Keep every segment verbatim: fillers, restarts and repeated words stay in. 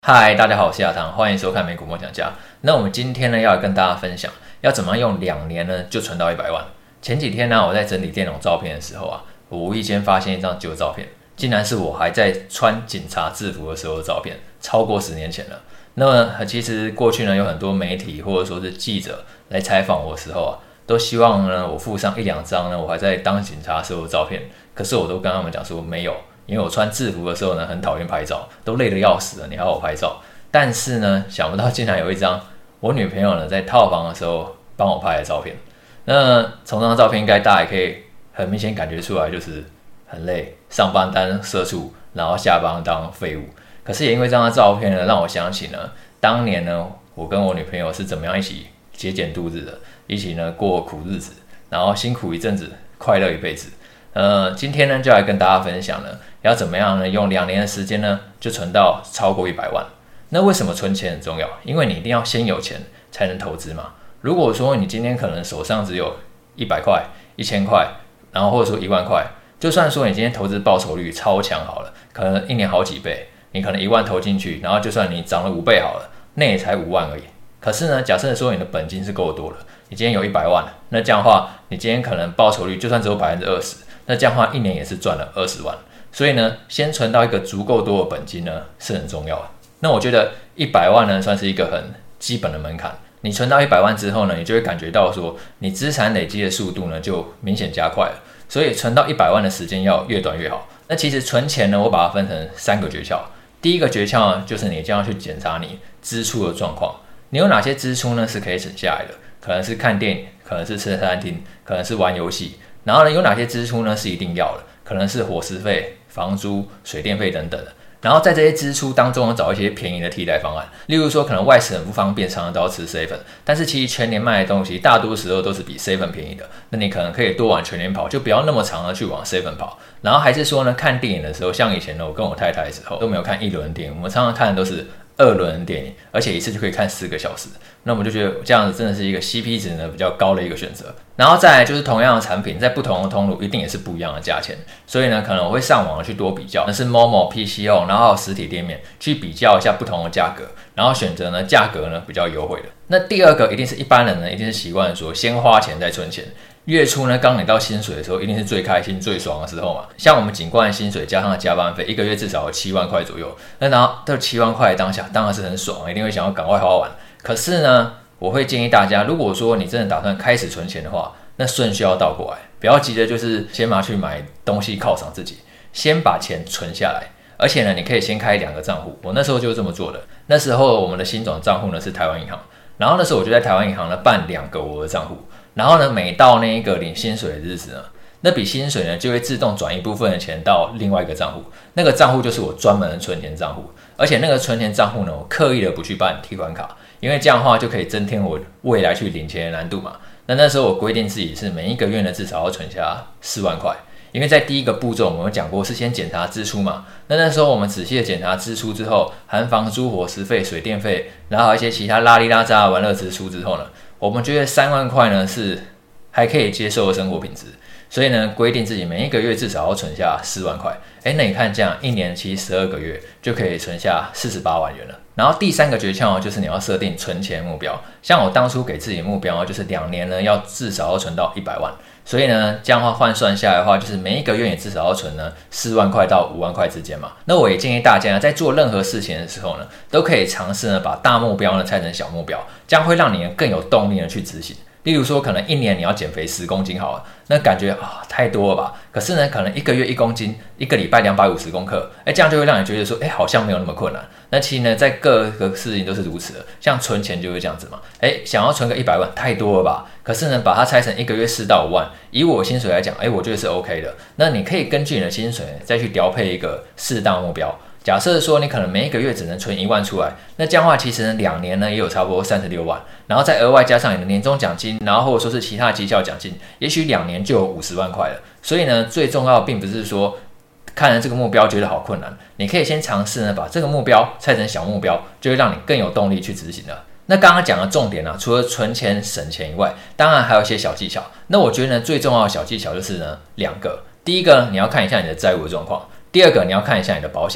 嗨，大家好，我是亚堂，欢迎收看美股梦想家。那我们今天呢，要来跟大家分享，要怎么样用两年呢就存到一百万。前几天呢，我在整理电脑照片的时候啊，我无意间发现一张旧照片，竟然是我还在穿警察制服的时候的照片，超过十年前了。那么其实过去呢，有很多媒体或者说是记者来采访我的时候啊，都希望呢我附上一两张呢我还在当警察时候的照片，可是我都跟他们讲说没有。因为我穿制服的时候呢，很讨厌拍照，都累得要死了，你还要我拍照。但是呢，想不到竟然有一张我女朋友呢在套房的时候帮我拍的照片。那从这张照片，应该大家也可以很明显感觉出来，就是很累，上班当社畜，然后下班当废物。可是也因为这张照片呢，让我想起呢，当年呢，我跟我女朋友是怎么样一起节俭度日的，一起呢过苦日子，然后辛苦一阵子，快乐一辈子。呃，今天呢就来跟大家分享呢，要怎么样呢？用两年的时间呢，就存到超过一百万。那为什么存钱很重要？因为你一定要先有钱才能投资嘛。如果说你今天可能手上只有一百块、一千块，然后或者说一万块，就算说你今天投资报酬率超强好了，可能一年好几倍，你可能一万投进去，然后就算你涨了五倍好了，那也才五万而已。可是呢，假设说你的本金是够多了，你今天有一百万，那这样的话，你今天可能报酬率就算只有百分之二十。那这样的话，一年也是赚了二十万，所以呢，先存到一个足够多的本金呢，是很重要的。那我觉得一百万呢，算是一个很基本的门槛。你存到一百万之后呢，你就会感觉到说，你资产累积的速度呢，就明显加快了。所以存到一百万的时间要越短越好。那其实存钱呢，我把它分成三个诀窍。第一个诀窍呢，就是你这样去检查你支出的状况，你有哪些支出呢是可以省下来的？可能是看电影，可能是吃餐厅，可能是玩游戏。然后呢，有哪些支出呢是一定要的？可能是伙食费、房租、水电费等等的。然后在这些支出当中找一些便宜的替代方案，例如说可能外食很不方便，常常都要吃 seven， 但是其实全年卖的东西大多时候都是比 seven 便宜的。那你可能可以多往全年跑，就不要那么长的去往 seven 跑。然后还是说呢，看电影的时候，像以前呢，我跟我太太的时候都没有看一轮电影，我们常常看的都是二轮电影，而且一次就可以看四个小时。那我们就觉得这样子真的是一个 C P 值呢比较高的一个选择。然后再来就是同样的产品，在不同的通路一定也是不一样的价钱，所以呢，可能我会上网去多比较，那是 Momo、P C O， 然后还有实体店面去比较一下不同的价格，然后选择呢价格呢比较优惠的。那第二个一定是一般人呢一定是习惯说先花钱再存钱。月初呢，刚领到薪水的时候，一定是最开心、最爽的时候嘛。像我们警官的薪水加上加班费，一个月至少有七万块左右。那然后这七万块当下当然是很爽，一定会想要赶快花完。可是呢，我会建议大家，如果说你真的打算开始存钱的话，那顺序要倒过来，不要急着就是先拿去买东西犒赏自己，先把钱存下来。而且呢，你可以先开两个账户，我那时候就是这么做的。那时候我们的新转账户呢是台湾银行，然后那时候我就在台湾银行呢办两个我的账户。然后呢，每到那一个领薪水的日子呢，那笔薪水呢就会自动转一部分的钱到另外一个账户，那个账户就是我专门的存钱账户。而且那个存钱账户呢，我刻意的不去办提款卡，因为这样的话就可以增添我未来去领钱的难度嘛。那那时候我规定自己是每一个月呢至少要存下四万块，因为在第一个步骤我们有讲过是先检查支出嘛。那那时候我们仔细的检查支出之后，含房租、伙食费、水电费，然后还有一些其他拉里拉杂的玩乐支出之后呢，我们觉得三万块呢是还可以接受的生活品质，所以呢规定自己每一个月至少要存下四万块。哎，那你看这样一年其实十二个月就可以存下四十八万元了。然后第三个诀窍就是你要设定存钱目标，像我当初给自己的目标就是两年呢要至少要存到一百万，所以呢这样的话换算下来的话，就是每一个月你至少要存呢四万块到五万块之间嘛。那我也建议大家在做任何事情的时候呢，都可以尝试呢把大目标呢拆成小目标，这样会让你更有动力的去执行。例如说，可能一年你要减肥十公斤好了，那感觉啊太多了吧？可是呢，可能一个月一公斤，一个礼拜两百五十公克，哎，这样就会让你觉得说，哎，好像没有那么困难。那其实呢，在各个事情都是如此的，像存钱就是这样子嘛。哎，想要存个一百万，太多了吧？可是呢，把它拆成一个月四到五万，以我薪水来讲，哎，我觉得是 OK 的。那你可以根据你的薪水再去调配一个适当目标。假设说你可能每一个月只能存一万出来，那这样的话其实呢两年呢也有差不多三十六万，然后再额外加上你的年终奖金，然后或者说是其他绩效奖金，也许两年就有五十万块了。所以呢，最重要的并不是说看了这个目标觉得好困难，你可以先尝试呢把这个目标拆成小目标，就会让你更有动力去执行了。那刚刚讲的重点啊，除了存钱省钱以外，当然还有一些小技巧。那我觉得呢最重要的小技巧就是呢两个，第一个你要看一下你的债务状况，第二个你要看一下你的保险。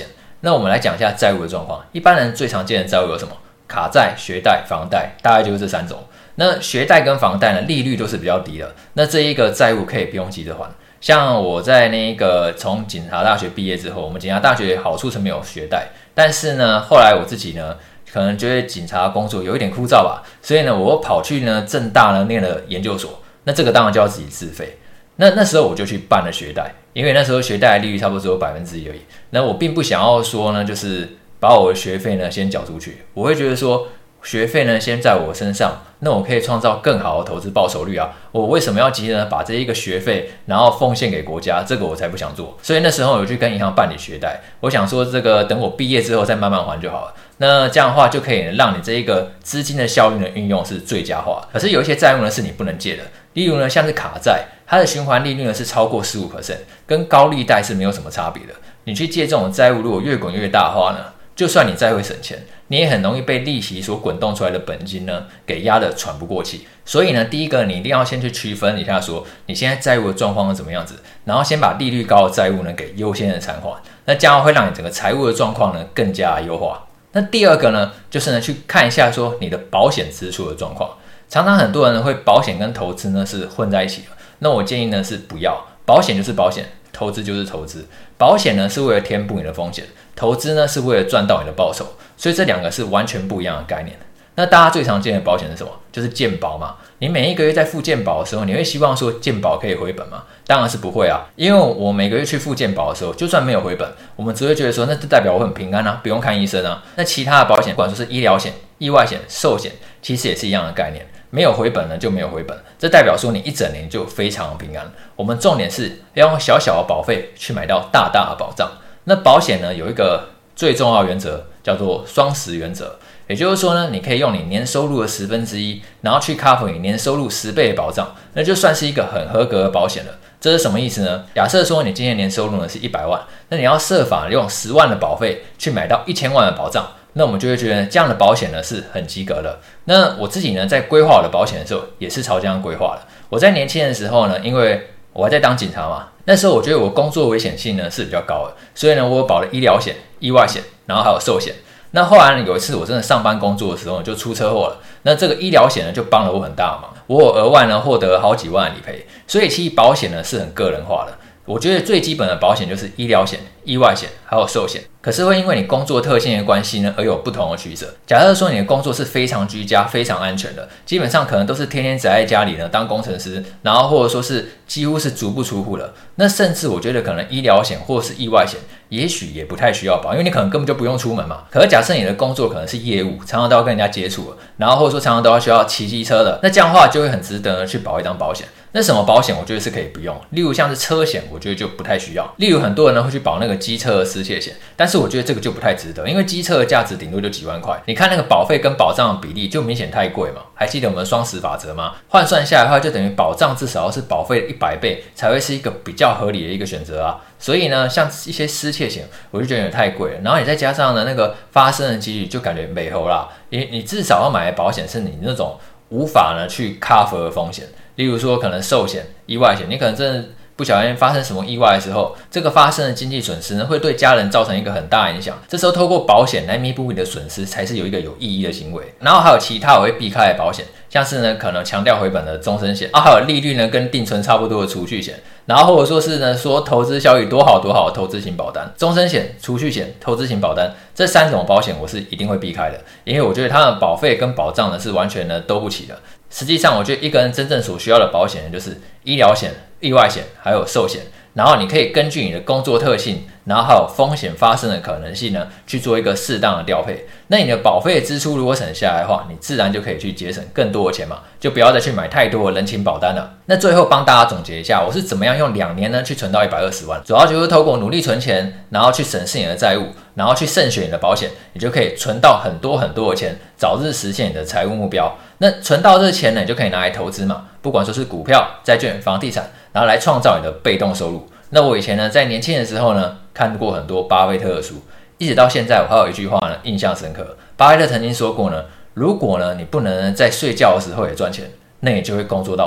那我们来讲一下债务的状况。一般人最常见的债务有什么？卡债、学贷、房贷，大概就是这三种。那学贷跟房贷呢，利率都是比较低的。那这一个债务可以不用急着还。像我在那个从警察大学毕业之后，我们警察大学好处是没有学贷，但是呢，后来我自己呢，可能觉得警察工作有一点枯燥吧，所以呢，我跑去呢政大呢念了研究所。那这个当然就要自己自费。那那时候我就去办了学贷，因为那时候学贷的利率差不多只有百分之一而已。那我并不想要说呢，就是把我的学费呢先缴出去，我会觉得说学费呢先在我身上，那我可以创造更好的投资报酬率啊！我为什么要急着把这一个学费然后奉献给国家？这个我才不想做。所以那时候我就跟银行办理学贷，我想说这个等我毕业之后再慢慢还就好了。那这样的话就可以让你这一个资金的效率的运用是最佳化。可是有一些债务呢是你不能借的，例如呢像是卡债，它的循环利率呢是超过 百分之十五， 跟高利贷是没有什么差别的。你去借这种债务，如果越滚越大的话呢，就算你再会省钱，你也很容易被利息所滚动出来的本金呢给压得喘不过气。所以呢，第一个你一定要先去区分一下说你现在债务的状况是怎么样子，然后先把利率高的债务呢给优先的偿还，那这样会让你整个财务的状况呢更加优化。那第二个呢，就是呢去看一下说你的保险支出的状况。常常很多人呢会保险跟投资呢是混在一起的，那我建议呢是不要，保险就是保险，投资就是投资。保险呢是为了填补你的风险，投资呢是为了赚到你的报酬，所以这两个是完全不一样的概念。那大家最常见的保险是什么？就是健保嘛。你每一个月在付健保的时候，你会希望说健保可以回本吗？当然是不会啊，因为我每个月去付健保的时候，就算没有回本，我们只会觉得说那这代表我很平安啊，不用看医生啊。那其他的保险，不管说是医疗险、意外险、寿险，其实也是一样的概念。没有回本呢就没有回本，这代表说你一整年就非常平安。我们重点是要用小小的保费去买到大大的保障。那保险呢有一个最重要的原则叫做双十原则，也就是说呢，你可以用你年收入的十分之一，然后去 cover 你年收入十倍的保障，那就算是一个很合格的保险了。这是什么意思呢？假设说你今年年收入呢是一百万，那你要设法用十万的保费去买到一千万的保障，那我们就会觉得这样的保险呢是很及格的。那我自己呢在规划我的保险的时候也是朝这样规划的。我在年轻的时候呢，因为我还在当警察嘛，那时候我觉得我工作危险性呢是比较高的，所以呢我有保了医疗险、意外险，然后还有寿险。那后来有一次我真的上班工作的时候就出车祸了，那这个医疗险呢就帮了我很大的忙，我有额外呢获得好几万的理赔。所以其实保险呢是很个人化的。我觉得最基本的保险就是医疗险、意外险还有寿险，可是会因为你工作特性的关系呢而有不同的取舍。假设说你的工作是非常居家、非常安全的，基本上可能都是天天宅在家里呢当工程师，然后或者说是几乎是足不出户的，那甚至我觉得可能医疗险或是意外险也许也不太需要保，因为你可能根本就不用出门嘛。可是假设你的工作可能是业务，常常都要跟人家接触了，然后或者说常常都要需要骑机车的，那这样的话就会很值得去保一张保险。那什么保险我觉得是可以不用，例如像是车险我觉得就不太需要。例如很多人呢会去保那个机车的失窃险，但是我觉得这个就不太值得，因为机车的价值顶多就几万块，你看那个保费跟保障的比例就明显太贵嘛。还记得我们的双十法则吗？换算下来的话就等于保障至少要是保费的一百倍才会是一个比较合理的一个选择啊。所以呢像一些失窃险我就觉得有点太贵了，然后你再加上呢那个发生的几率就感觉美猴啦，你你至少要买的保险是你那种无法呢去 cover 的风险，例如说可能寿险、意外险，你可能真的不小心发生什么意外的时候，这个发生的经济损失呢会对家人造成一个很大的影响，这时候透过保险来弥补你的损失才是有一个有意义的行为。然后还有其他我会避开的保险，像是呢可能强调回本的终身险啊，还有利率呢跟定存差不多的储蓄险，然后或者说是呢说投资效益多好多好的投资型保单。终身险、储蓄险、投资型保单这三种保险我是一定会避开的，因为我觉得它的保费跟保障呢是完全呢都不起的。实际上我觉得一个人真正所需要的保险就是医疗险、意外险还有寿险，然后你可以根据你的工作特性，然后还有风险发生的可能性呢去做一个适当的调配。那你的保费支出如果省下来的话，你自然就可以去节省更多的钱嘛，就不要再去买太多的人情保单了。那最后帮大家总结一下，我是怎么样用两年呢去存到一百二十万，主要就是透过努力存钱，然后去审视你的债务，然后去慎选你的保险，你就可以存到很多很多的钱，早日实现你的财务目标。那存到这钱呢，你就可以拿来投资嘛，不管说是股票、债券、房地产，然后来创造你的被动收入。那我以前呢，在年轻的时候呢，看过很多巴菲特的书，一直到现在我还有一句话呢印象深刻。巴菲特曾经说过呢，如果呢你不能在睡觉的时候也赚钱，那你就会工作到死。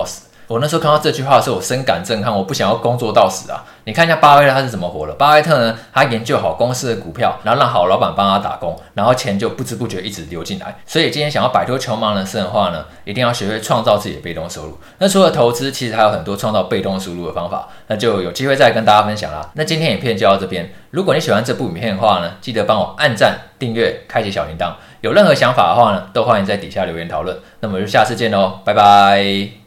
我那时候看到这句话的时候，我深感震撼，我不想要工作到死啊！你看一下巴菲特他是怎么活的？巴菲特呢，他研究好公司的股票，然后让好老板帮他打工，然后钱就不知不觉一直流进来。所以今天想要摆脱穷忙人生的话呢，一定要学会创造自己的被动收入。那除了投资，其实还有很多创造被动收入的方法，那就有机会再跟大家分享啦。那今天影片就到这边，如果你喜欢这部影片的话呢，记得帮我按赞、订阅、开启小铃铛。有任何想法的话呢，都欢迎在底下留言讨论。那么就下次见喽，拜拜。